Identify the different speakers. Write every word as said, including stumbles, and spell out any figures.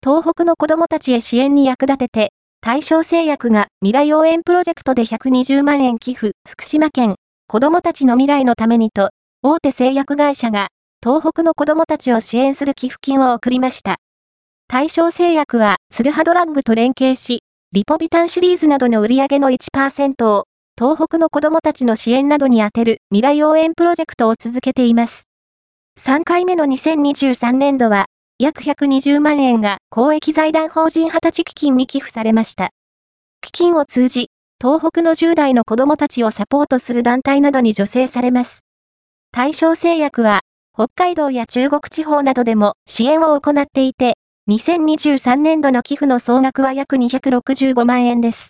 Speaker 1: 東北の子どもたちへ支援に役立てて、大正製薬が未来応援プロジェクトでひゃくにじゅうまんえん寄付、福島県、子どもたちの未来のためにと、大手製薬会社が、東北の子どもたちを支援する寄付金を送りました。大正製薬は、ツルハドラッグと連携し、リポビタンシリーズなどの売上の いちパーセント を、東北の子どもたちの支援などに充てる未来応援プロジェクトを続けています。さんかいめのにせんにじゅうさんねんどは、約ひゃくにじゅうまんえんが公益財団法人はたち基金に寄付されました。基金を通じ、東北のじゅう代の子どもたちをサポートする団体などに助成されます。大正製薬は、北海道や中国地方などでも支援を行っていて、にせんにじゅうさんねんどの寄付の総額は約にひゃくろくじゅうごまんえんです。